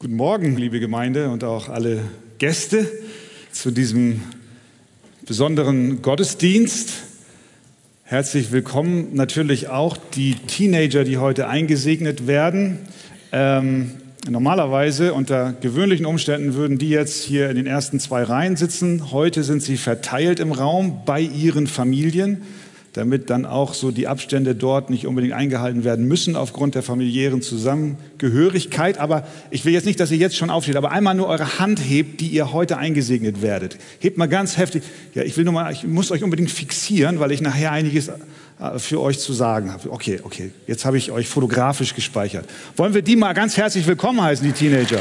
Guten Morgen, liebe Gemeinde und auch alle Gäste zu diesem besonderen Gottesdienst. Herzlich willkommen natürlich auch die Teenager, die heute eingesegnet werden. Normalerweise unter gewöhnlichen Umständen würden die jetzt hier in den ersten 2 Reihen sitzen. Heute sind sie verteilt im Raum bei ihren Familien, damit dann auch so die Abstände dort nicht unbedingt eingehalten werden müssen aufgrund der familiären Zusammengehörigkeit. Aber ich will jetzt nicht, dass ihr jetzt schon aufsteht, aber einmal nur eure Hand hebt, die ihr heute eingesegnet werdet. Hebt mal ganz heftig. Ja, ich muss euch unbedingt fixieren, weil ich nachher einiges für euch zu sagen habe. Okay, jetzt habe ich euch fotografisch gespeichert. Wollen wir die mal ganz herzlich willkommen heißen, die Teenager?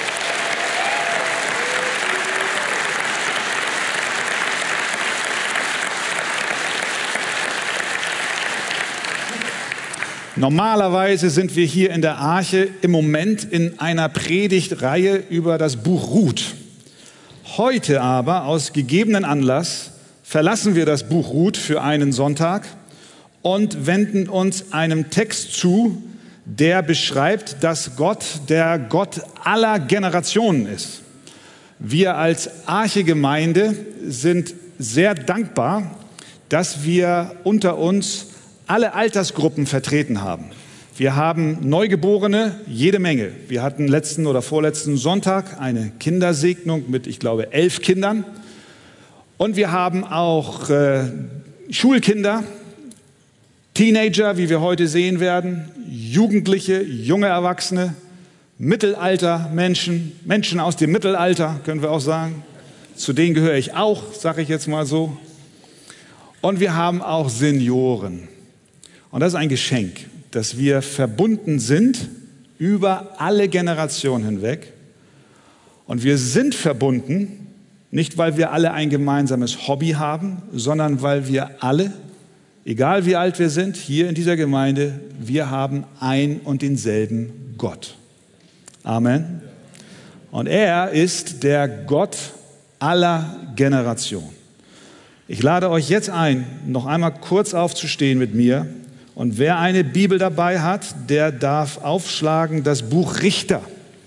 Normalerweise sind wir hier in der Arche im Moment in einer Predigtreihe über das Buch Ruth. Heute aber, aus gegebenen Anlass, verlassen wir das Buch Ruth für einen Sonntag und wenden uns einem Text zu, der beschreibt, dass Gott der Gott aller Generationen ist. Wir als Arche-Gemeinde sind sehr dankbar, dass wir unter uns alle Altersgruppen vertreten haben. Wir haben Neugeborene, jede Menge. Wir hatten letzten oder vorletzten Sonntag eine Kindersegnung mit, ich glaube, 11 Kindern. Und wir haben auch Schulkinder, Teenager, wie wir heute sehen werden, Jugendliche, junge Erwachsene, Mittelaltermenschen, Menschen aus dem Mittelalter, können wir auch sagen. Zu denen gehöre ich auch, sage ich jetzt mal so. Und wir haben auch Senioren. Und das ist ein Geschenk, dass wir verbunden sind über alle Generationen hinweg. Und wir sind verbunden, nicht weil wir alle ein gemeinsames Hobby haben, sondern weil wir alle, egal wie alt wir sind, hier in dieser Gemeinde, wir haben ein und denselben Gott. Amen. Und er ist der Gott aller Generationen. Ich lade euch jetzt ein, noch einmal kurz aufzustehen mit mir. Und wer eine Bibel dabei hat, der darf aufschlagen das Buch Richter.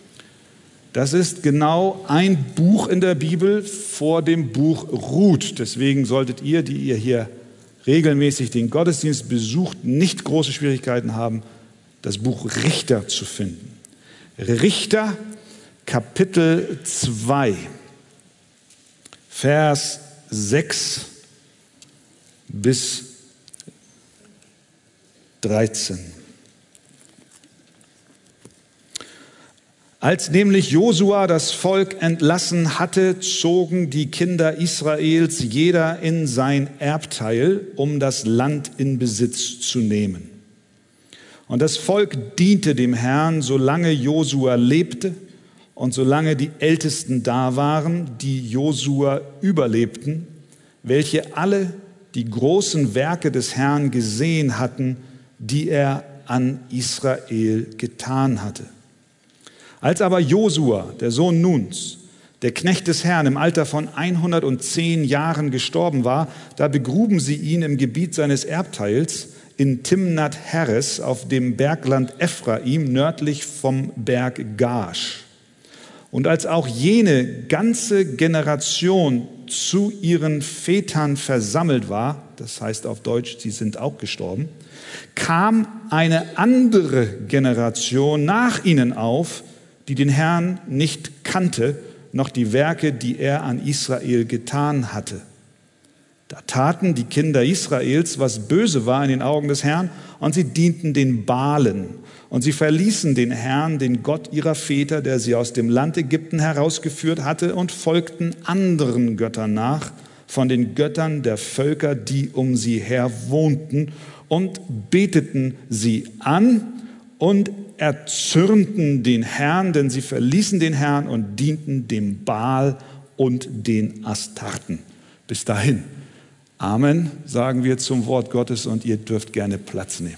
Das ist genau ein Buch in der Bibel vor dem Buch Ruth. Deswegen solltet ihr, die ihr hier regelmäßig den Gottesdienst besucht, nicht große Schwierigkeiten haben, das Buch Richter zu finden. Richter, Kapitel 2, Vers 6 bis 13. Als nämlich Josua das Volk entlassen hatte, zogen die Kinder Israels jeder in sein Erbteil, um das Land in Besitz zu nehmen. Und das Volk diente dem Herrn, solange Josua lebte und solange die Ältesten da waren, die Josua überlebten, welche alle die großen Werke des Herrn gesehen hatten, die er an Israel getan hatte. Als aber Josua, der Sohn Nuns, der Knecht des Herrn, im Alter von 110 Jahren gestorben war, da begruben sie ihn im Gebiet seines Erbteils in Timnat Heres auf dem Bergland Ephraim, nördlich vom Berg Gash. Und als auch jene ganze Generation zu ihren Vätern versammelt war, das heißt auf Deutsch, sie sind auch gestorben, kam eine andere Generation nach ihnen auf, die den Herrn nicht kannte, noch die Werke, die er an Israel getan hatte. Da taten die Kinder Israels, was böse war in den Augen des Herrn, und sie dienten den Baalen. Und sie verließen den Herrn, den Gott ihrer Väter, der sie aus dem Land Ägypten herausgeführt hatte, und folgten anderen Göttern nach, von den Göttern der Völker, die um sie her wohnten, und beteten sie an und erzürnten den Herrn, denn sie verließen den Herrn und dienten dem Baal und den Astarten. Bis dahin. Amen, sagen wir zum Wort Gottes, und ihr dürft gerne Platz nehmen.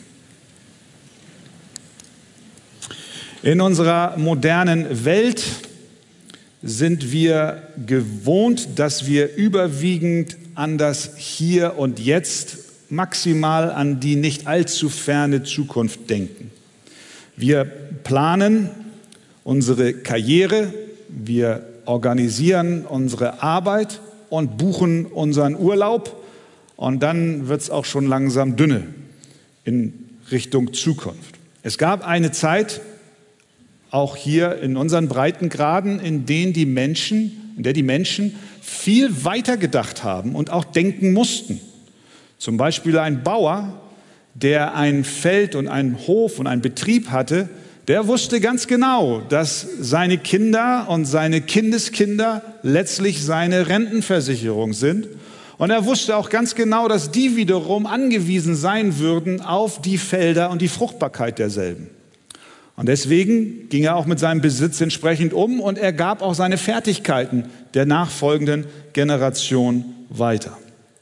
In unserer modernen Welt sind wir gewohnt, dass wir überwiegend an das Hier und Jetzt, maximal an die nicht allzu ferne Zukunft denken. Wir planen unsere Karriere, wir organisieren unsere Arbeit und buchen unseren Urlaub. Und dann wird es auch schon langsam dünne in Richtung Zukunft. Es gab eine Zeit, auch hier in unseren Breitengraden, in der die Menschen viel weiter gedacht haben und auch denken mussten. Zum Beispiel ein Bauer, der ein Feld und einen Hof und einen Betrieb hatte, der wusste ganz genau, dass seine Kinder und seine Kindeskinder letztlich seine Rentenversicherung sind. Und er wusste auch ganz genau, dass die wiederum angewiesen sein würden auf die Felder und die Fruchtbarkeit derselben. Und deswegen ging er auch mit seinem Besitz entsprechend um und er gab auch seine Fertigkeiten der nachfolgenden Generation weiter.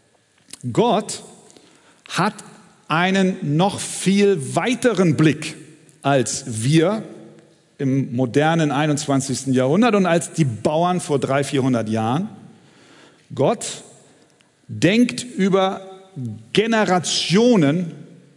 Gott hat einen noch viel weiteren Blick als wir im modernen 21. Jahrhundert und als die Bauern vor 300, 400 Jahren. Gott denkt über Generationen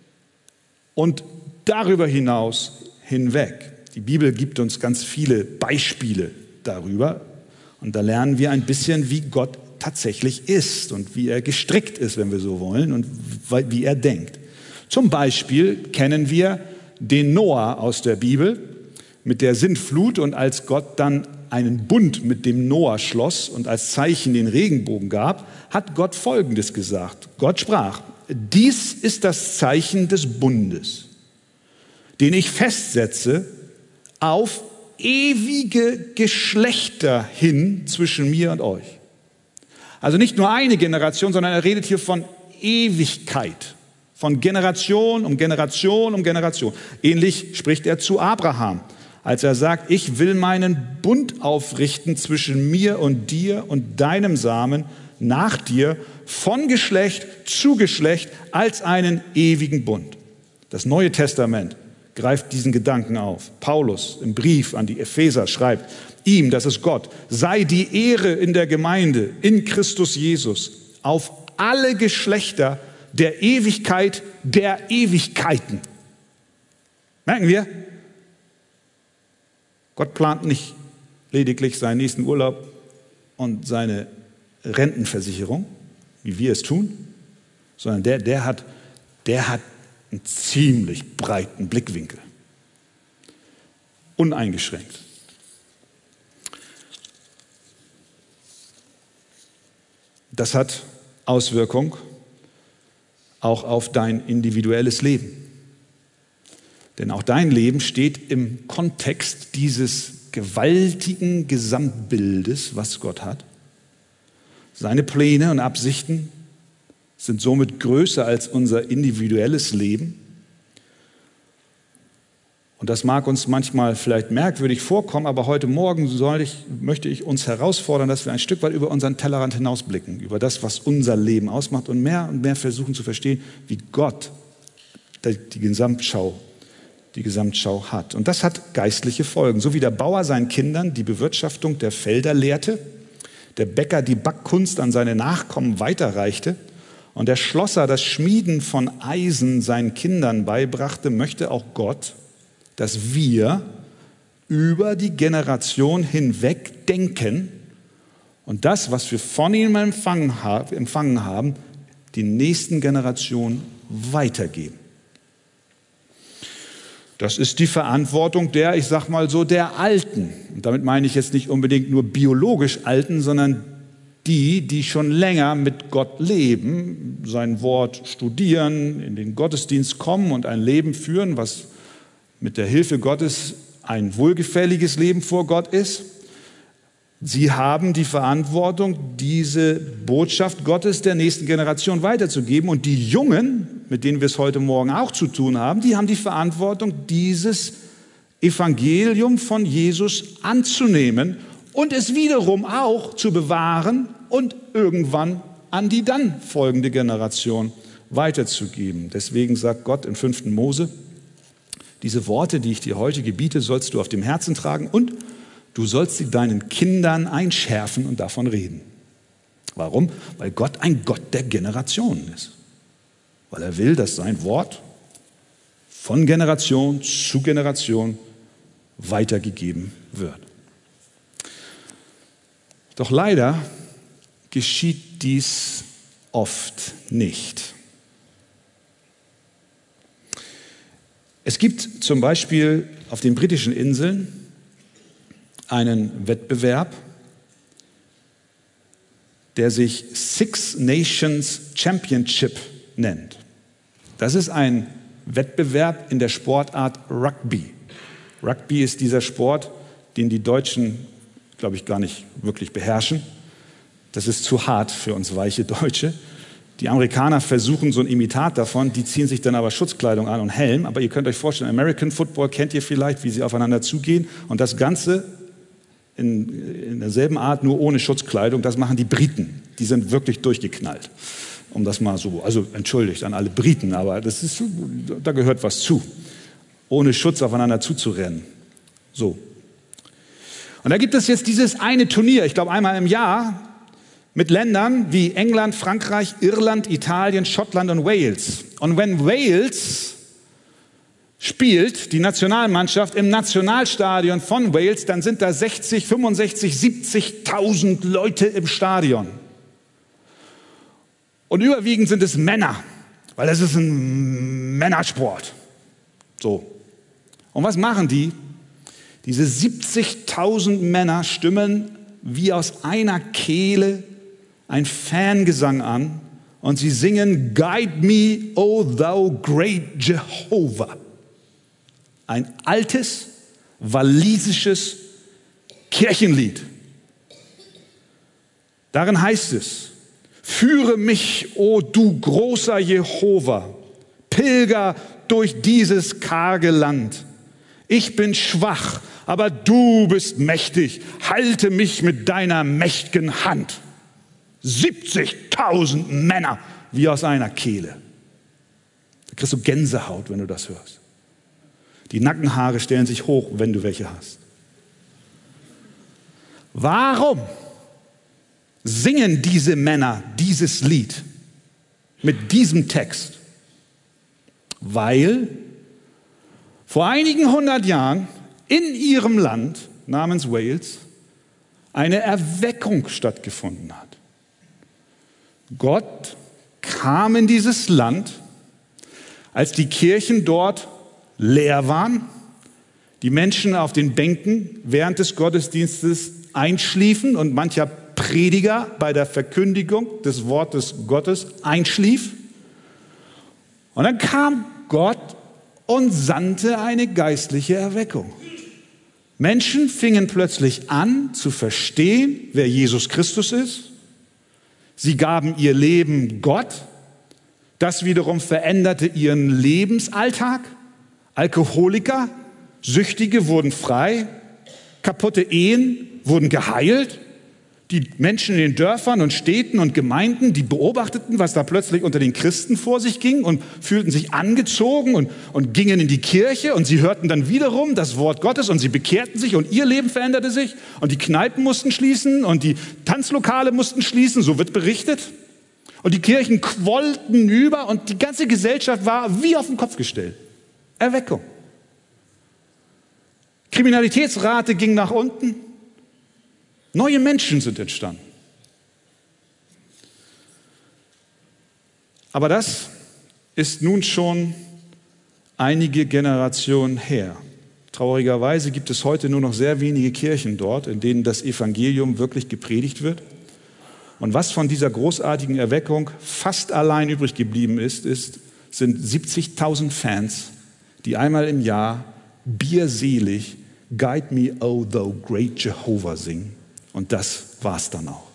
und darüber hinaus hinweg. Die Bibel gibt uns ganz viele Beispiele darüber und da lernen wir ein bisschen, wie Gott tatsächlich ist und wie er gestrickt ist, wenn wir so wollen, und wie er denkt. Zum Beispiel kennen wir den Noah aus der Bibel mit der Sintflut und als Gott dann einen Bund mit dem Noah schloss und als Zeichen den Regenbogen gab, hat Gott Folgendes gesagt. Gott sprach: Dies ist das Zeichen des Bundes, den ich festsetze auf ewige Geschlechter hin zwischen mir und euch. Also nicht nur eine Generation, sondern er redet hier von Ewigkeit, von Generation um Generation um Generation. Ähnlich spricht er zu Abraham, als er sagt: Ich will meinen Bund aufrichten zwischen mir und dir und deinem Samen nach dir von Geschlecht zu Geschlecht als einen ewigen Bund. Das Neue Testament greift diesen Gedanken auf. Paulus im Brief an die Epheser schreibt: Ihm, das ist Gott, sei die Ehre in der Gemeinde, in Christus Jesus, auf alle Geschlechter der Ewigkeit der Ewigkeiten. Merken wir? Gott plant nicht lediglich seinen nächsten Urlaub und seine Rentenversicherung, wie wir es tun, sondern der hat einen ziemlich breiten Blickwinkel. Uneingeschränkt. Das hat Auswirkung auch auf dein individuelles Leben. Denn auch dein Leben steht im Kontext dieses gewaltigen Gesamtbildes, was Gott hat. Seine Pläne und Absichten sind somit größer als unser individuelles Leben. Und das mag uns manchmal vielleicht merkwürdig vorkommen, aber heute Morgen möchte ich uns herausfordern, dass wir ein Stück weit über unseren Tellerrand hinausblicken, über das, was unser Leben ausmacht und mehr versuchen zu verstehen, wie Gott die Gesamtschau hat. Und das hat geistliche Folgen. So wie der Bauer seinen Kindern die Bewirtschaftung der Felder lehrte, der Bäcker die Backkunst an seine Nachkommen weiterreichte und der Schlosser das Schmieden von Eisen seinen Kindern beibrachte, möchte auch Gott, dass wir über die Generation hinweg denken und das, was wir von ihm empfangen haben, die nächsten Generationen weitergeben. Das ist die Verantwortung der Alten. Und damit meine ich jetzt nicht unbedingt nur biologisch Alten, sondern die schon länger mit Gott leben, sein Wort studieren, in den Gottesdienst kommen und ein Leben führen, was mit der Hilfe Gottes ein wohlgefälliges Leben vor Gott ist. Sie haben die Verantwortung, diese Botschaft Gottes der nächsten Generation weiterzugeben. Und die Jungen, mit denen wir es heute Morgen auch zu tun haben, die haben die Verantwortung, dieses Evangelium von Jesus anzunehmen und es wiederum auch zu bewahren und irgendwann an die dann folgende Generation weiterzugeben. Deswegen sagt Gott in 5. Mose, diese Worte, die ich dir heute gebiete, sollst du auf dem Herzen tragen und du sollst sie deinen Kindern einschärfen und davon reden. Warum? Weil Gott ein Gott der Generationen ist. Weil er will, dass sein Wort von Generation zu Generation weitergegeben wird. Doch leider geschieht dies oft nicht. Es gibt zum Beispiel auf den britischen Inseln einen Wettbewerb, der sich Six Nations Championship nennt. Das ist ein Wettbewerb in der Sportart Rugby. Rugby ist dieser Sport, den die Deutschen, glaube ich, gar nicht wirklich beherrschen. Das ist zu hart für uns weiche Deutsche. Die Amerikaner versuchen so ein Imitat davon, die ziehen sich dann aber Schutzkleidung an und Helm. Aber ihr könnt euch vorstellen, American Football kennt ihr vielleicht, wie sie aufeinander zugehen. Und das Ganze in derselben Art, nur ohne Schutzkleidung, das machen die Briten. Die sind wirklich durchgeknallt. Um das mal so, also entschuldigt an alle Briten, aber das ist, da gehört was zu. Ohne Schutz aufeinander zuzurennen. So. Und da gibt es jetzt dieses eine Turnier, ich glaube einmal im Jahr, mit Ländern wie England, Frankreich, Irland, Italien, Schottland und Wales. Und wenn Wales spielt, die Nationalmannschaft im Nationalstadion von Wales, dann sind da 60, 65, 70.000 Leute im Stadion. Und überwiegend sind es Männer, weil es ist ein Männersport. So. Und was machen die? Diese 70.000 Männer stimmen wie aus einer Kehle ein Fangesang an und sie singen Guide me, O thou great Jehovah. Ein altes, walisisches Kirchenlied. Darin heißt es, führe mich, o du großer Jehova, Pilger durch dieses karge Land. Ich bin schwach, aber du bist mächtig. Halte mich mit deiner mächtigen Hand. 70.000 Männer wie aus einer Kehle. Da kriegst du Gänsehaut, wenn du das hörst. Die Nackenhaare stellen sich hoch, wenn du welche hast. Warum singen diese Männer dieses Lied mit diesem Text? Weil vor einigen 100 Jahren in ihrem Land namens Wales eine Erweckung stattgefunden hat. Gott kam in dieses Land, als die Kirchen dort leer waren, die Menschen auf den Bänken während des Gottesdienstes einschliefen und mancher Prediger bei der Verkündigung des Wortes Gottes einschlief. Und dann kam Gott und sandte eine geistliche Erweckung. Menschen fingen plötzlich an zu verstehen, wer Jesus Christus ist. Sie gaben ihr Leben Gott. Das wiederum veränderte ihren Lebensalltag. Alkoholiker, Süchtige wurden frei. Kaputte Ehen wurden geheilt. Die Menschen in den Dörfern und Städten und Gemeinden, die beobachteten, was da plötzlich unter den Christen vor sich ging und fühlten sich angezogen und gingen in die Kirche und sie hörten dann wiederum das Wort Gottes und sie bekehrten sich und ihr Leben veränderte sich und die Kneipen mussten schließen und die Tanzlokale mussten schließen, so wird berichtet. Und die Kirchen quollten über und die ganze Gesellschaft war wie auf den Kopf gestellt. Erweckung. Kriminalitätsrate ging nach unten. Neue Menschen sind entstanden. Aber das ist nun schon einige Generationen her. Traurigerweise gibt es heute nur noch sehr wenige Kirchen dort, in denen das Evangelium wirklich gepredigt wird. Und was von dieser großartigen Erweckung fast allein übrig geblieben ist, sind 70.000 Fans, die einmal im Jahr bierselig Guide me, O thou great Jehovah singen. Und das war's dann auch.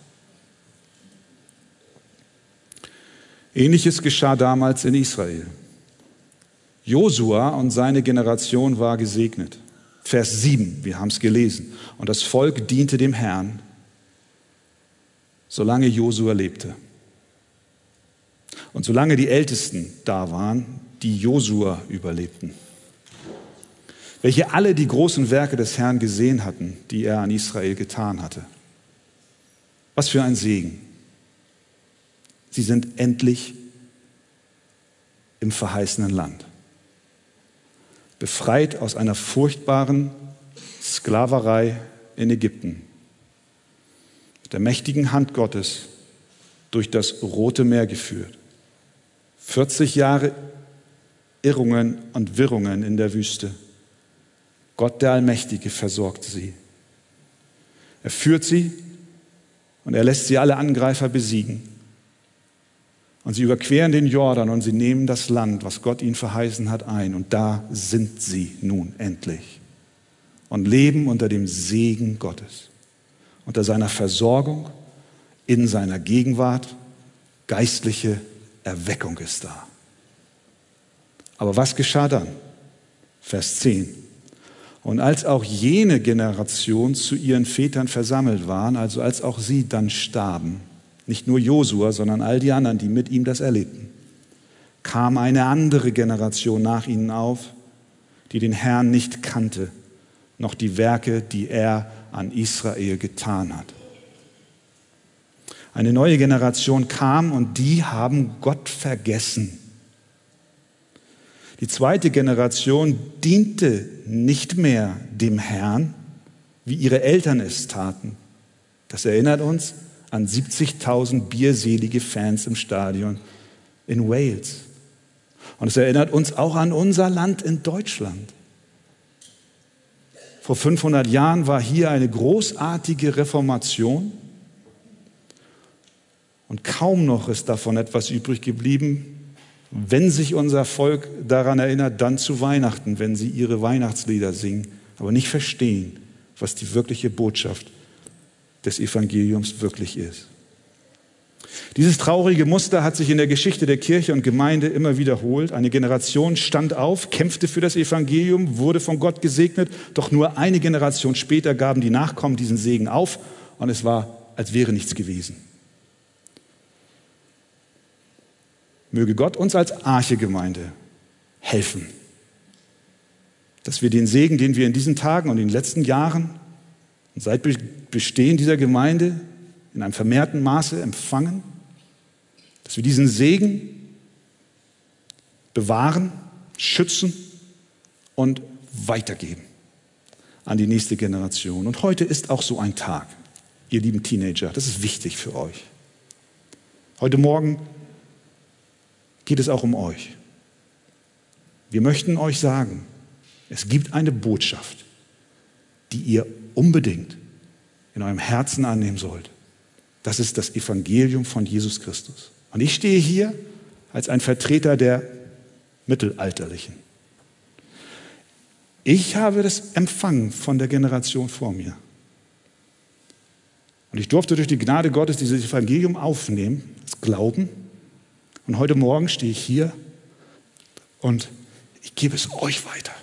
Ähnliches geschah damals in Israel. Josua und seine Generation war gesegnet. Vers 7, wir haben es gelesen. Und das Volk diente dem Herrn, solange Josua lebte. Und solange die Ältesten da waren, die Josua überlebten. Welche alle die großen Werke des Herrn gesehen hatten, die er an Israel getan hatte. Was für ein Segen. Sie sind endlich im verheißenen Land. Befreit aus einer furchtbaren Sklaverei in Ägypten, mit der mächtigen Hand Gottes durch das Rote Meer geführt. 40 Jahre Irrungen und Wirrungen in der Wüste. Gott der Allmächtige versorgt sie. Er führt sie und er lässt sie alle Angreifer besiegen. Und sie überqueren den Jordan und sie nehmen das Land, was Gott ihnen verheißen hat, ein. Und da sind sie nun endlich und leben unter dem Segen Gottes, unter seiner Versorgung, in seiner Gegenwart. Geistliche Erweckung ist da. Aber was geschah dann? Vers 10. Und als auch jene Generation zu ihren Vätern versammelt waren, also als auch sie dann starben, nicht nur Josua, sondern all die anderen, die mit ihm das erlebten, kam eine andere Generation nach ihnen auf, die den Herrn nicht kannte, noch die Werke, die er an Israel getan hat. Eine neue Generation kam und die haben Gott vergessen. Die zweite Generation diente nicht mehr dem Herrn, wie ihre Eltern es taten. Das erinnert uns an 70.000 bierselige Fans im Stadion in Wales. Und es erinnert uns auch an unser Land in Deutschland. Vor 500 Jahren war hier eine großartige Reformation und kaum noch ist davon etwas übrig geblieben. Wenn sich unser Volk daran erinnert, dann zu Weihnachten, wenn sie ihre Weihnachtslieder singen, aber nicht verstehen, was die wirkliche Botschaft des Evangeliums wirklich ist. Dieses traurige Muster hat sich in der Geschichte der Kirche und Gemeinde immer wiederholt. Eine Generation stand auf, kämpfte für das Evangelium, wurde von Gott gesegnet, doch nur eine Generation später gaben die Nachkommen diesen Segen auf und es war, als wäre nichts gewesen. Möge Gott uns als Arche-Gemeinde helfen, dass wir den Segen, den wir in diesen Tagen und in den letzten Jahren und seit Bestehen dieser Gemeinde in einem vermehrten Maße empfangen, dass wir diesen Segen bewahren, schützen und weitergeben an die nächste Generation. Und heute ist auch so ein Tag, ihr lieben Teenager, das ist wichtig für euch. Heute Morgen geht es auch um euch. Wir möchten euch sagen, es gibt eine Botschaft, die ihr unbedingt in eurem Herzen annehmen sollt. Das ist das Evangelium von Jesus Christus. Und ich stehe hier als ein Vertreter der Mittelalterlichen. Ich habe das empfangen von der Generation vor mir. Und ich durfte durch die Gnade Gottes dieses Evangelium aufnehmen, das Glauben. Und heute Morgen stehe ich hier und ich gebe es euch weiter.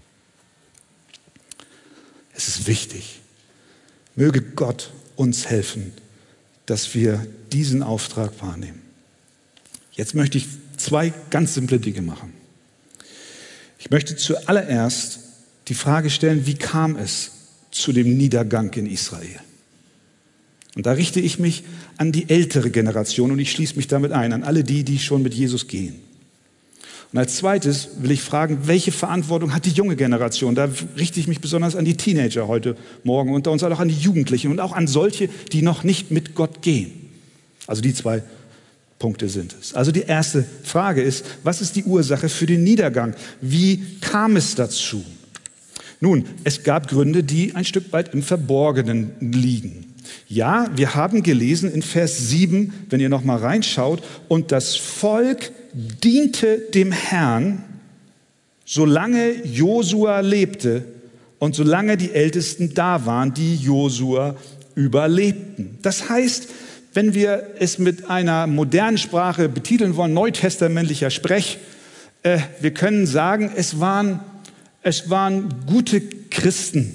Es ist wichtig. Möge Gott uns helfen, dass wir diesen Auftrag wahrnehmen. Jetzt möchte ich 2 ganz simple Dinge machen. Ich möchte zuallererst die Frage stellen, wie kam es zu dem Niedergang in Israel? Und da richte ich mich an die ältere Generation und ich schließe mich damit ein, an alle die, die schon mit Jesus gehen. Und als zweites will ich fragen, welche Verantwortung hat die junge Generation? Da richte ich mich besonders an die Teenager heute Morgen unter uns, auch an die Jugendlichen und auch an solche, die noch nicht mit Gott gehen. Also die 2 Punkte sind es. Also die erste Frage ist, was ist die Ursache für den Niedergang? Wie kam es dazu? Nun, es gab Gründe, die ein Stück weit im Verborgenen liegen. Ja, wir haben gelesen in Vers 7, wenn ihr noch mal reinschaut, und das Volk diente dem Herrn, solange Josua lebte und solange die Ältesten da waren, die Josua überlebten. Das heißt, wenn wir es mit einer modernen Sprache betiteln wollen, neutestamentlicher Sprech, wir können sagen, es waren gute Christen.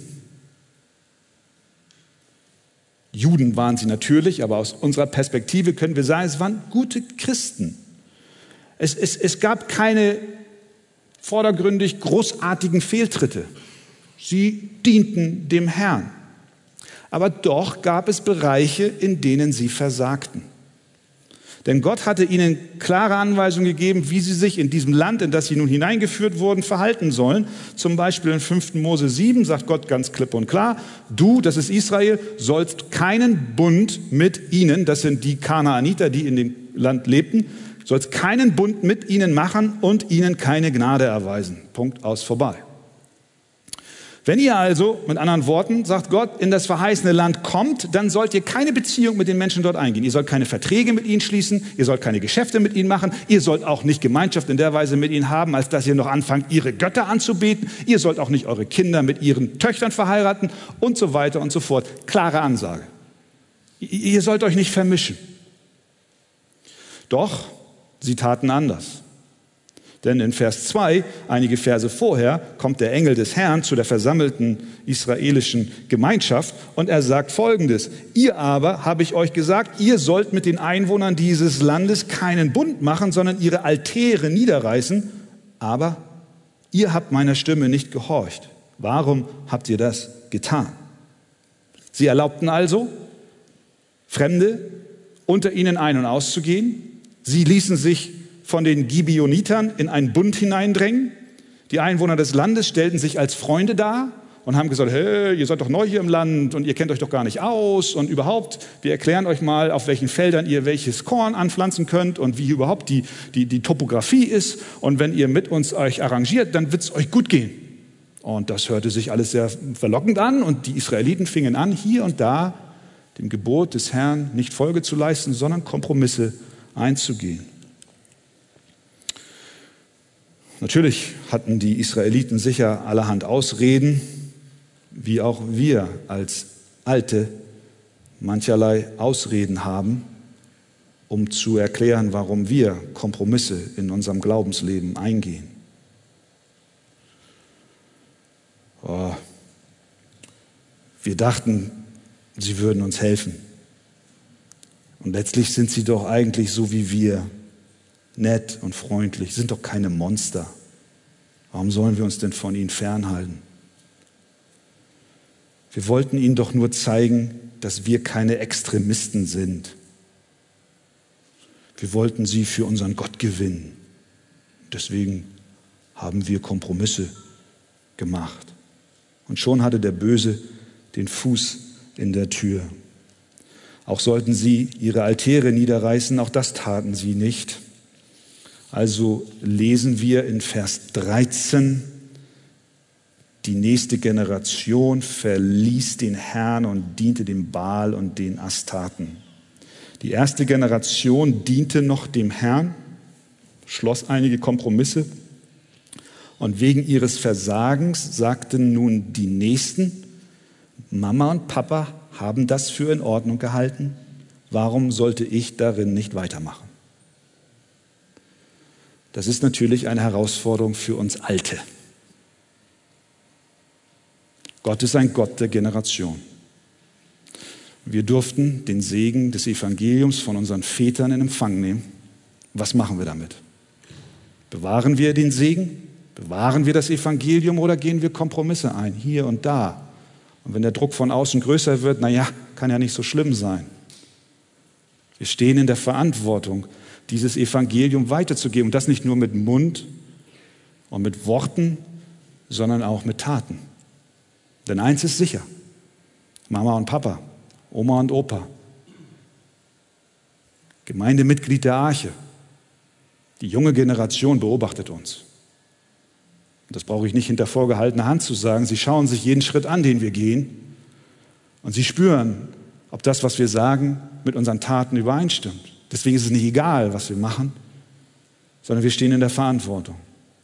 Juden waren sie natürlich, aber aus unserer Perspektive können wir sagen, es waren gute Christen. Es gab keine vordergründig großartigen Fehltritte. Sie dienten dem Herrn. Aber doch gab es Bereiche, in denen sie versagten. Denn Gott hatte ihnen klare Anweisungen gegeben, wie sie sich in diesem Land, in das sie nun hineingeführt wurden, verhalten sollen. Zum Beispiel in 5. Mose 7 sagt Gott ganz klipp und klar, du, das ist Israel, sollst keinen Bund mit ihnen, das sind die Kanaaniter, die in dem Land lebten, sollst keinen Bund mit ihnen machen und ihnen keine Gnade erweisen. Punkt, aus, vorbei. Wenn ihr also, mit anderen Worten, sagt Gott, in das verheißene Land kommt, dann sollt ihr keine Beziehung mit den Menschen dort eingehen. Ihr sollt keine Verträge mit ihnen schließen, ihr sollt keine Geschäfte mit ihnen machen, ihr sollt auch nicht Gemeinschaft in der Weise mit ihnen haben, als dass ihr noch anfangt, ihre Götter anzubeten. Ihr sollt auch nicht eure Kinder mit ihren Töchtern verheiraten und so weiter und so fort. Klare Ansage. Ihr sollt euch nicht vermischen. Doch sie taten anders. Denn in Vers 2, einige Verse vorher, kommt der Engel des Herrn zu der versammelten israelischen Gemeinschaft und er sagt Folgendes: Ihr aber, habe ich euch gesagt, ihr sollt mit den Einwohnern dieses Landes keinen Bund machen, sondern ihre Altäre niederreißen. Aber ihr habt meiner Stimme nicht gehorcht. Warum habt ihr das getan? Sie erlaubten also, Fremde unter ihnen ein- und auszugehen. Sie ließen sich von den Gibeonitern in einen Bund hineindrängen. Die Einwohner des Landes stellten sich als Freunde dar und haben gesagt, hey, ihr seid doch neu hier im Land und ihr kennt euch doch gar nicht aus und überhaupt, wir erklären euch mal, auf welchen Feldern ihr welches Korn anpflanzen könnt und wie überhaupt die Topografie ist und wenn ihr mit uns euch arrangiert, dann wird es euch gut gehen. Und das hörte sich alles sehr verlockend an und die Israeliten fingen an, hier und da dem Gebot des Herrn nicht Folge zu leisten, sondern Kompromisse einzugehen. Natürlich hatten die Israeliten sicher allerhand Ausreden, wie auch wir als Alte mancherlei Ausreden haben, um zu erklären, warum wir Kompromisse in unserem Glaubensleben eingehen. Wir dachten, sie würden uns helfen. Und letztlich sind sie doch eigentlich so wie wir. Nett und freundlich, sind doch keine Monster. Warum sollen wir uns denn von ihnen fernhalten? Wir wollten ihnen doch nur zeigen, dass wir keine Extremisten sind. Wir wollten sie für unseren Gott gewinnen. Deswegen haben wir Kompromisse gemacht. Und schon hatte der Böse den Fuß in der Tür. Auch sollten sie ihre Altäre niederreißen, auch das taten sie nicht. Also lesen wir in Vers 13, die nächste Generation verließ den Herrn und diente dem Baal und den Astarten. Die erste Generation diente noch dem Herrn, schloss einige Kompromisse und wegen ihres Versagens sagten nun die Nächsten, Mama und Papa haben das für in Ordnung gehalten, warum sollte ich darin nicht weitermachen? Das ist natürlich eine Herausforderung für uns Alte. Gott ist ein Gott der Generation. Wir durften den Segen des Evangeliums von unseren Vätern in Empfang nehmen. Was machen wir damit? Bewahren wir den Segen? Bewahren wir das Evangelium oder gehen wir Kompromisse ein, hier und da? Und wenn der Druck von außen größer wird, kann ja nicht so schlimm sein. Wir stehen in der Verantwortung, dieses Evangelium weiterzugeben. Und das nicht nur mit Mund und mit Worten, sondern auch mit Taten. Denn eins ist sicher, Mama und Papa, Oma und Opa, Gemeindemitglied der Arche, die junge Generation beobachtet uns. Und das brauche ich nicht hinter vorgehaltener Hand zu sagen. Sie schauen sich jeden Schritt an, den wir gehen. Und sie spüren, ob das, was wir sagen, mit unseren Taten übereinstimmt. Deswegen ist es nicht egal, was wir machen, sondern wir stehen in der Verantwortung.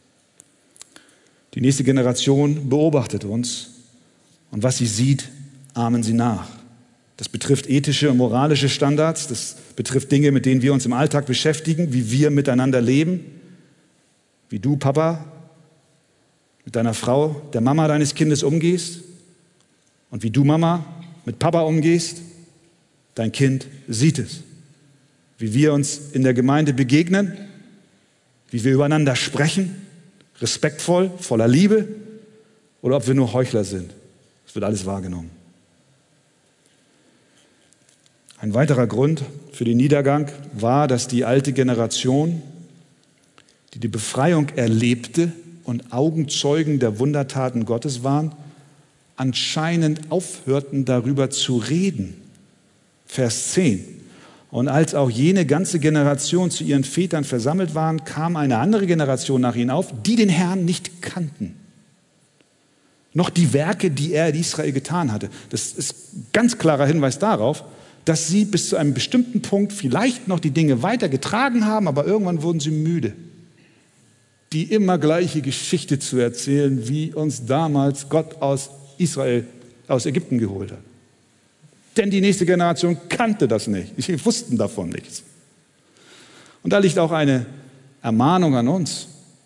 Die nächste Generation beobachtet uns und was sie sieht, ahmen sie nach. Das betrifft ethische und moralische Standards, das betrifft Dinge, mit denen wir uns im Alltag beschäftigen, wie wir miteinander leben, wie du, Papa, mit deiner Frau, der Mama deines Kindes umgehst und wie du, Mama, mit Papa umgehst. Dein Kind sieht es. Wie wir uns in der Gemeinde begegnen, wie wir übereinander sprechen, respektvoll, voller Liebe, oder ob wir nur Heuchler sind. Es wird alles wahrgenommen. Ein weiterer Grund für den Niedergang war, dass die alte Generation, die die Befreiung erlebte und Augenzeugen der Wundertaten Gottes waren, anscheinend aufhörten, darüber zu reden. Vers 10. Und als auch jene ganze Generation zu ihren Vätern versammelt waren, kam eine andere Generation nach ihnen auf, die den Herrn nicht kannten. Noch die Werke, die er in Israel getan hatte. Das ist ein ganz klarer Hinweis darauf, dass sie bis zu einem bestimmten Punkt vielleicht noch die Dinge weitergetragen haben, aber irgendwann wurden sie müde, die immer gleiche Geschichte zu erzählen, wie uns damals Gott aus Israel, aus Ägypten geholt hat. Denn die nächste Generation kannte das nicht. Sie wussten davon nichts. Und da liegt auch eine Ermahnung an uns.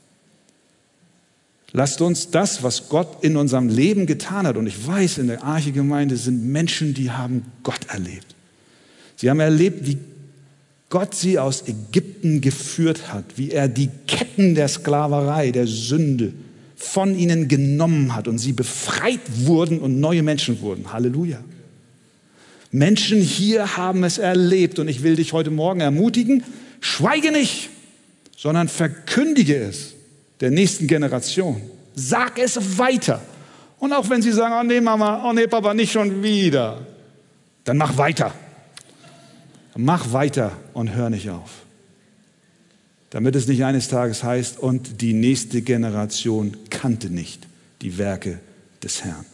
Lasst uns das, was Gott in unserem Leben getan hat, und ich weiß, in der Arche-Gemeinde sind Menschen, die haben Gott erlebt. Sie haben erlebt, wie Gott sie aus Ägypten geführt hat, wie er die Ketten der Sklaverei, der Sünde von ihnen genommen hat und sie befreit wurden und neue Menschen wurden. Halleluja. Menschen hier haben es erlebt und ich will dich heute Morgen ermutigen, schweige nicht, sondern verkündige es der nächsten Generation. Sag es weiter. Und auch wenn sie sagen, oh nee Mama, oh nee Papa, nicht schon wieder, dann mach weiter. Mach weiter und hör nicht auf. Damit es nicht eines Tages heißt, und die nächste Generation kannte nicht die Werke des Herrn.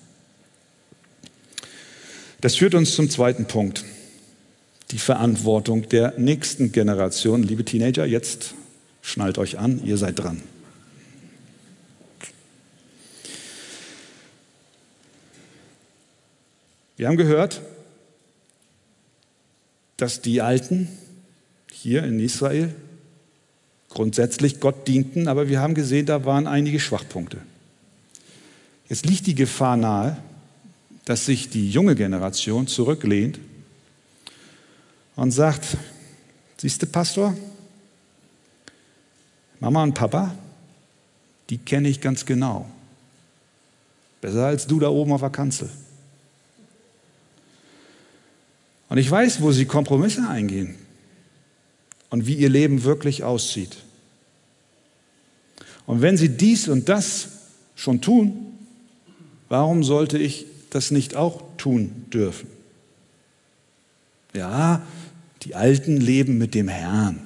Das führt uns zum zweiten Punkt, die Verantwortung der nächsten Generation. Liebe Teenager, jetzt schnallt euch an, ihr seid dran. Wir haben gehört, dass die Alten hier in Israel grundsätzlich Gott dienten, aber wir haben gesehen, da waren einige Schwachpunkte. Jetzt liegt die Gefahr nahe, dass sich die junge Generation zurücklehnt und sagt, siehst du, Pastor, Mama und Papa, die kenne ich ganz genau. Besser als du da oben auf der Kanzel. Und ich weiß, wo sie Kompromisse eingehen und wie ihr Leben wirklich aussieht. Und wenn sie dies und das schon tun, warum sollte ich das nicht auch tun dürfen? Ja, die Alten leben mit dem Herrn.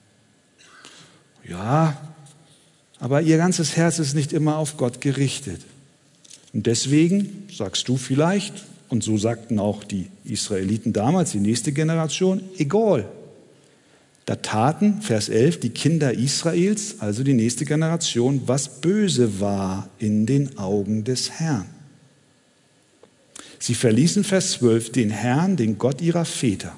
Ja, aber ihr ganzes Herz ist nicht immer auf Gott gerichtet. Und deswegen sagst du vielleicht, und so sagten auch die Israeliten damals, die nächste Generation, egal. Da taten, Vers 11, die Kinder Israels, also die nächste Generation, was böse war in den Augen des Herrn. Sie verließen, Vers 12, den Herrn, den Gott ihrer Väter,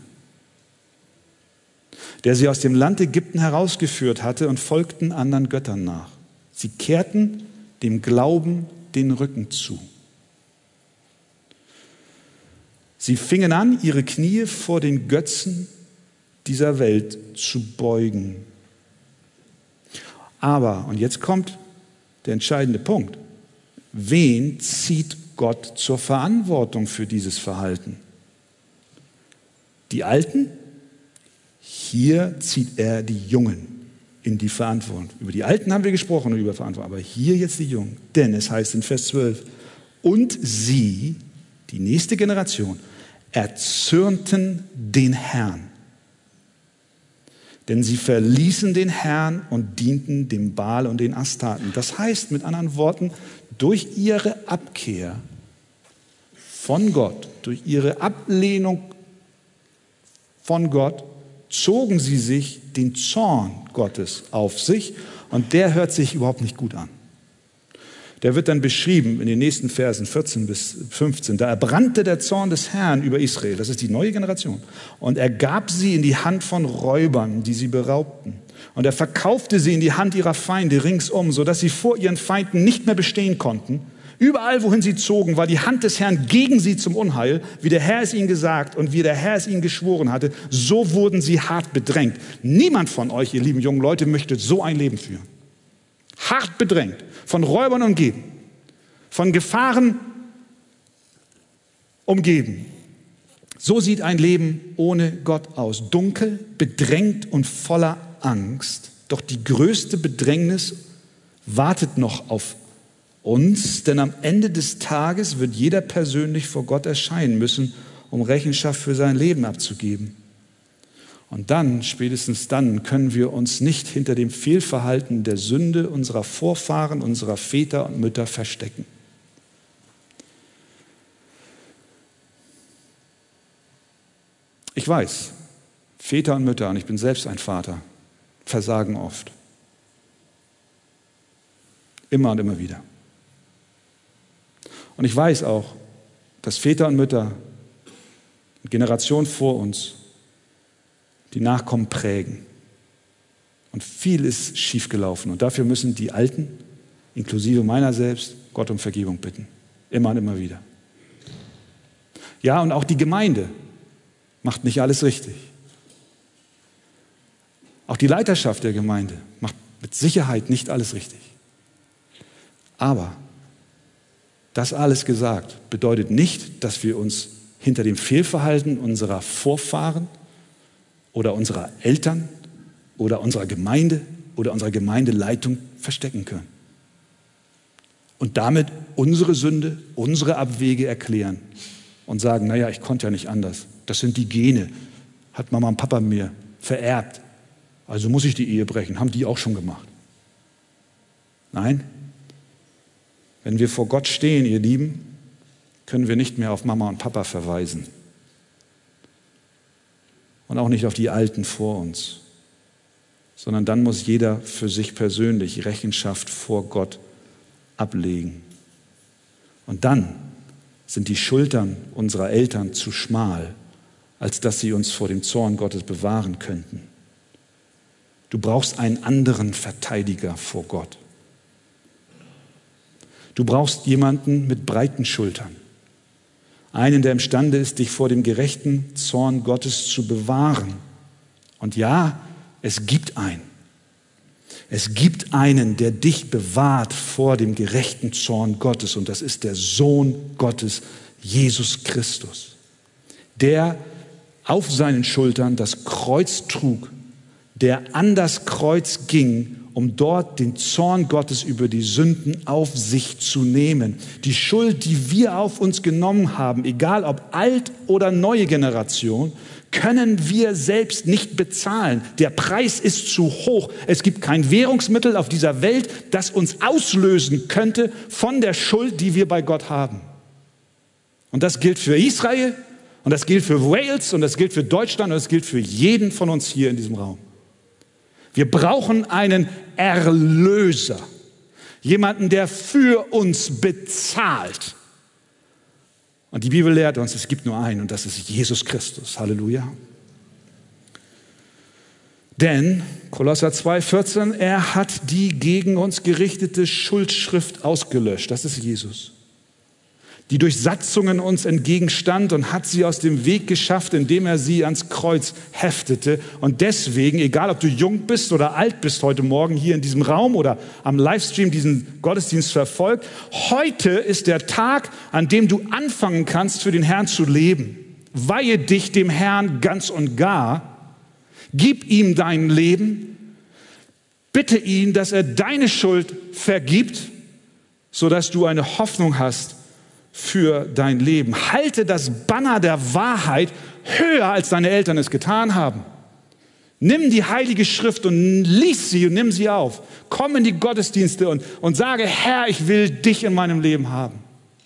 der sie aus dem Land Ägypten herausgeführt hatte, und folgten anderen Göttern nach. Sie kehrten dem Glauben den Rücken zu. Sie fingen an, ihre Knie vor den Götzen dieser Welt zu beugen. Aber, und jetzt kommt der entscheidende Punkt, wen zieht Gott zur Verantwortung für dieses Verhalten? Die Alten? Hier zieht er die Jungen in die Verantwortung. Über die Alten haben wir gesprochen, über Verantwortung, aber hier jetzt die Jungen. Denn es heißt in Vers 12, und sie, die nächste Generation, erzürnten den Herrn. Denn sie verließen den Herrn und dienten dem Baal und den Astaten. Das heißt mit anderen Worten, durch ihre Abkehr von Gott, durch ihre Ablehnung von Gott, zogen sie sich den Zorn Gottes auf sich, und der hört sich überhaupt nicht gut an. Der wird dann beschrieben in den nächsten Versen 14 bis 15. Da erbrannte der Zorn des Herrn über Israel, das ist die neue Generation, und er gab sie in die Hand von Räubern, die sie beraubten. Und er verkaufte sie in die Hand ihrer Feinde ringsum, sodass sie vor ihren Feinden nicht mehr bestehen konnten. Überall, wohin sie zogen, war die Hand des Herrn gegen sie zum Unheil, wie der Herr es ihnen gesagt und wie der Herr es ihnen geschworen hatte. So wurden sie hart bedrängt. Niemand von euch, ihr lieben jungen Leute, möchte so ein Leben führen. Hart bedrängt, von Räubern umgeben, von Gefahren umgeben, So sieht ein Leben ohne Gott aus. Dunkel, bedrängt und voller Angst. Doch die größte Bedrängnis wartet noch auf uns, denn am Ende des Tages wird jeder persönlich vor Gott erscheinen müssen, um Rechenschaft für sein Leben abzugeben. Und dann, spätestens dann, können wir uns nicht hinter dem Fehlverhalten der Sünde unserer Vorfahren, unserer Väter und Mütter verstecken. Ich weiß, Väter und Mütter, und ich bin selbst ein Vater, versagen oft. Immer und immer wieder. Und ich weiß auch, dass Väter und Mütter, Generationen vor uns, die Nachkommen prägen. Und viel ist schiefgelaufen. Und dafür müssen die Alten, inklusive meiner selbst, Gott um Vergebung bitten. Immer und immer wieder. Ja, und auch die Gemeinde macht nicht alles richtig. Auch die Leiterschaft der Gemeinde macht mit Sicherheit nicht alles richtig. Aber das alles gesagt bedeutet nicht, dass wir uns hinter dem Fehlverhalten unserer Vorfahren oder unserer Eltern oder unserer Gemeinde oder unserer Gemeindeleitung verstecken können. Und damit unsere Sünde, unsere Abwege erklären und sagen, naja, ich konnte ja nicht anders. Das sind die Gene, hat Mama und Papa mir vererbt. Also muss ich die Ehe brechen, haben die auch schon gemacht. Nein, wenn wir vor Gott stehen, ihr Lieben, können wir nicht mehr auf Mama und Papa verweisen. Und auch nicht auf die Alten vor uns, sondern dann muss jeder für sich persönlich Rechenschaft vor Gott ablegen. Und dann sind die Schultern unserer Eltern zu schmal, als dass sie uns vor dem Zorn Gottes bewahren könnten. Du brauchst einen anderen Verteidiger vor Gott. Du brauchst jemanden mit breiten Schultern. Einen, der imstande ist, dich vor dem gerechten Zorn Gottes zu bewahren. Und ja, es gibt einen. Es gibt einen, der dich bewahrt vor dem gerechten Zorn Gottes. Und das ist der Sohn Gottes, Jesus Christus. Der auf seinen Schultern das Kreuz trug, der an das Kreuz ging, um dort den Zorn Gottes über die Sünden auf sich zu nehmen. Die Schuld, die wir auf uns genommen haben, egal ob alt oder neue Generation, können wir selbst nicht bezahlen. Der Preis ist zu hoch. Es gibt kein Währungsmittel auf dieser Welt, das uns auslösen könnte von der Schuld, die wir bei Gott haben. Und das gilt für Israel und das gilt für Wales und das gilt für Deutschland und das gilt für jeden von uns hier in diesem Raum. Wir brauchen einen Erlöser, jemanden, der für uns bezahlt. Und die Bibel lehrt uns, es gibt nur einen und das ist Jesus Christus. Halleluja. Denn, Kolosser 2,14, er hat die gegen uns gerichtete Schuldschrift ausgelöscht. Das ist Jesus. Die durch Satzungen uns entgegenstand und hat sie aus dem Weg geschafft, indem er sie ans Kreuz heftete. Und deswegen, egal ob du jung bist oder alt bist heute Morgen hier in diesem Raum oder am Livestream diesen Gottesdienst verfolgt, heute ist der Tag, an dem du anfangen kannst, für den Herrn zu leben. Weihe dich dem Herrn ganz und gar. Gib ihm dein Leben. Bitte ihn, dass er deine Schuld vergibt, sodass du eine Hoffnung hast für dein Leben. Halte das Banner der Wahrheit höher, als deine Eltern es getan haben. Nimm die Heilige Schrift und lies sie und nimm sie auf. Komm in die Gottesdienste und sage, Herr, ich will dich in meinem Leben haben.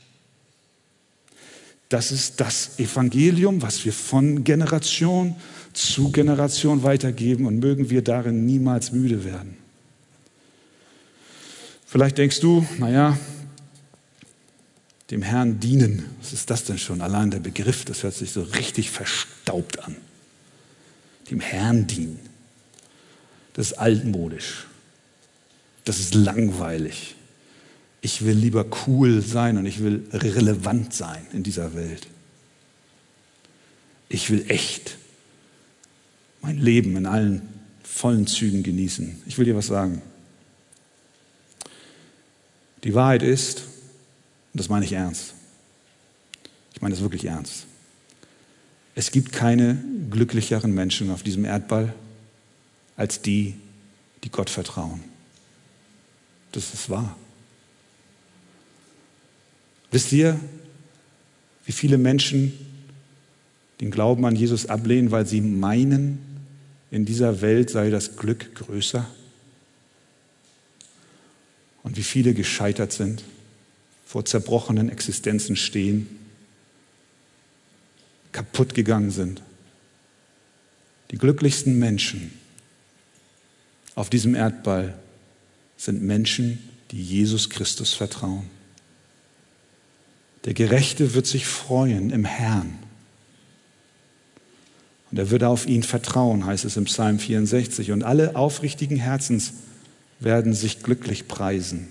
Das ist das Evangelium, was wir von Generation zu Generation weitergeben und mögen wir darin niemals müde werden. Vielleicht denkst du, naja, dem Herrn dienen. Was ist das denn schon? Allein der Begriff, das hört sich so richtig verstaubt an. Dem Herrn dienen. Das ist altmodisch. Das ist langweilig. Ich will lieber cool sein und ich will relevant sein in dieser Welt. Ich will echt mein Leben in allen vollen Zügen genießen. Ich will dir was sagen. Die Wahrheit ist, und das meine ich ernst. Ich meine das wirklich ernst. Es gibt keine glücklicheren Menschen auf diesem Erdball als die, die Gott vertrauen. Das ist wahr. Wisst ihr, wie viele Menschen den Glauben an Jesus ablehnen, weil sie meinen, in dieser Welt sei das Glück größer? Und wie viele gescheitert sind, vor zerbrochenen Existenzen stehen, kaputt gegangen sind. Die glücklichsten Menschen auf diesem Erdball sind Menschen, die Jesus Christus vertrauen. Der Gerechte wird sich freuen im Herrn. Und er würde auf ihn vertrauen, heißt es im Psalm 64. Und alle aufrichtigen Herzens werden sich glücklich preisen.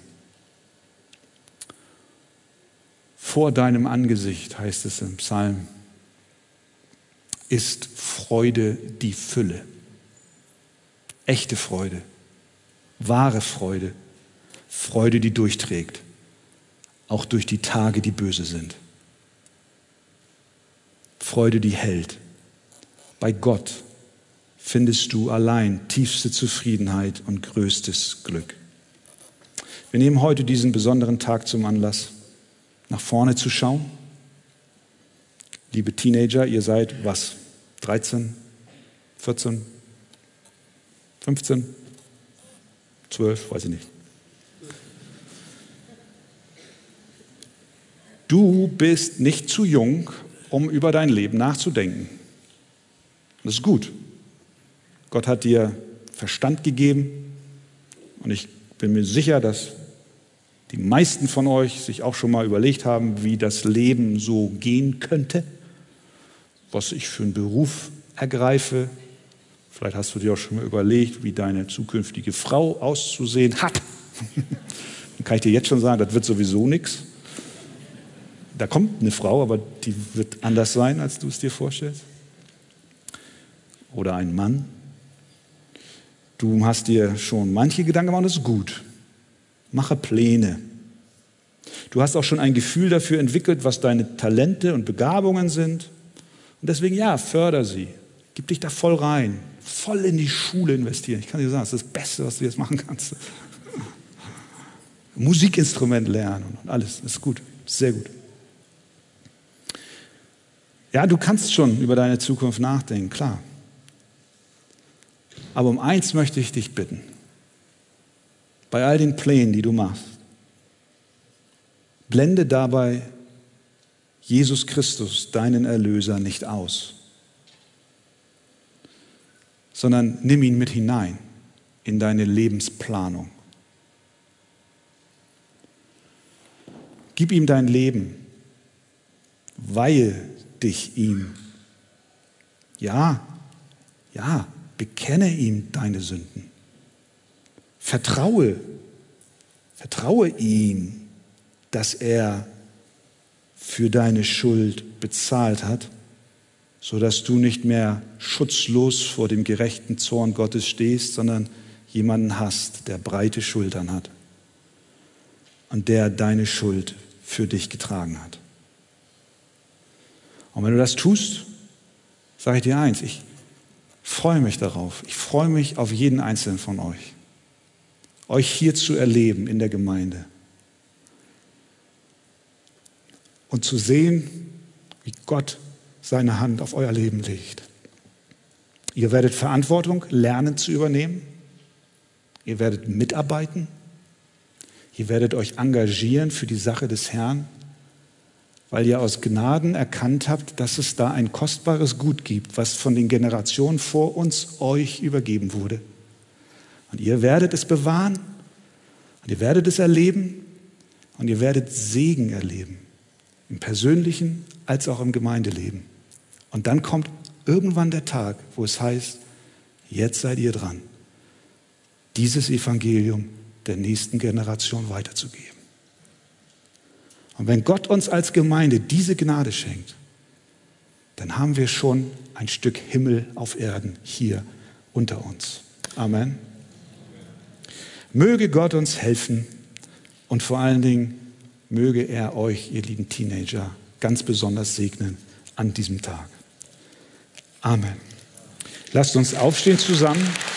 Vor deinem Angesicht, heißt es im Psalm, ist Freude die Fülle. Echte Freude, wahre Freude, Freude, die durchträgt, auch durch die Tage, die böse sind. Freude, die hält. Bei Gott findest du allein tiefste Zufriedenheit und größtes Glück. Wir nehmen heute diesen besonderen Tag zum Anlass, nach vorne zu schauen. Liebe Teenager, ihr seid was? 13, 14, 15, 12, weiß ich nicht. Du bist nicht zu jung, um über dein Leben nachzudenken. Das ist gut. Gott hat dir Verstand gegeben und ich bin mir sicher, dass die meisten von euch sich auch schon mal überlegt haben, wie das Leben so gehen könnte, was ich für einen Beruf ergreife. Vielleicht hast du dir auch schon mal überlegt, wie deine zukünftige Frau auszusehen hat. Dann kann ich dir jetzt schon sagen, das wird sowieso nichts. Da kommt eine Frau, aber die wird anders sein, als du es dir vorstellst. Oder ein Mann. Du hast dir schon manche Gedanken gemacht, das ist gut. Mache Pläne. Du hast auch schon ein Gefühl dafür entwickelt, was deine Talente und Begabungen sind. Und deswegen, ja, förder sie. Gib dich da voll rein. Voll in die Schule investieren. Ich kann dir sagen, das ist das Beste, was du jetzt machen kannst. Musikinstrument lernen und alles. Das ist gut. Sehr gut. Ja, du kannst schon über deine Zukunft nachdenken, klar. Aber um eins möchte ich dich bitten. Bei all den Plänen, die du machst, blende dabei Jesus Christus, deinen Erlöser, nicht aus, sondern nimm ihn mit hinein in deine Lebensplanung. Gib ihm dein Leben, weihe dich ihm. Ja, bekenne ihm deine Sünden. Vertraue ihm, dass er für deine Schuld bezahlt hat, sodass du nicht mehr schutzlos vor dem gerechten Zorn Gottes stehst, sondern jemanden hast, der breite Schultern hat und der deine Schuld für dich getragen hat. Und wenn du das tust, sage ich dir eins, ich freue mich darauf. Ich freue mich auf jeden Einzelnen von euch hier zu erleben in der Gemeinde und zu sehen, wie Gott seine Hand auf euer Leben legt. Ihr werdet Verantwortung lernen zu übernehmen. Ihr werdet mitarbeiten. Ihr werdet euch engagieren für die Sache des Herrn, weil ihr aus Gnaden erkannt habt, dass es da ein kostbares Gut gibt, was von den Generationen vor uns euch übergeben wurde. Und ihr werdet es bewahren und ihr werdet es erleben und ihr werdet Segen erleben, im persönlichen als auch im Gemeindeleben. Und dann kommt irgendwann der Tag, wo es heißt, jetzt seid ihr dran, dieses Evangelium der nächsten Generation weiterzugeben. Und wenn Gott uns als Gemeinde diese Gnade schenkt, dann haben wir schon ein Stück Himmel auf Erden hier unter uns. Amen. Möge Gott uns helfen und vor allen Dingen möge er euch, ihr lieben Teenager, ganz besonders segnen an diesem Tag. Amen. Lasst uns aufstehen zusammen.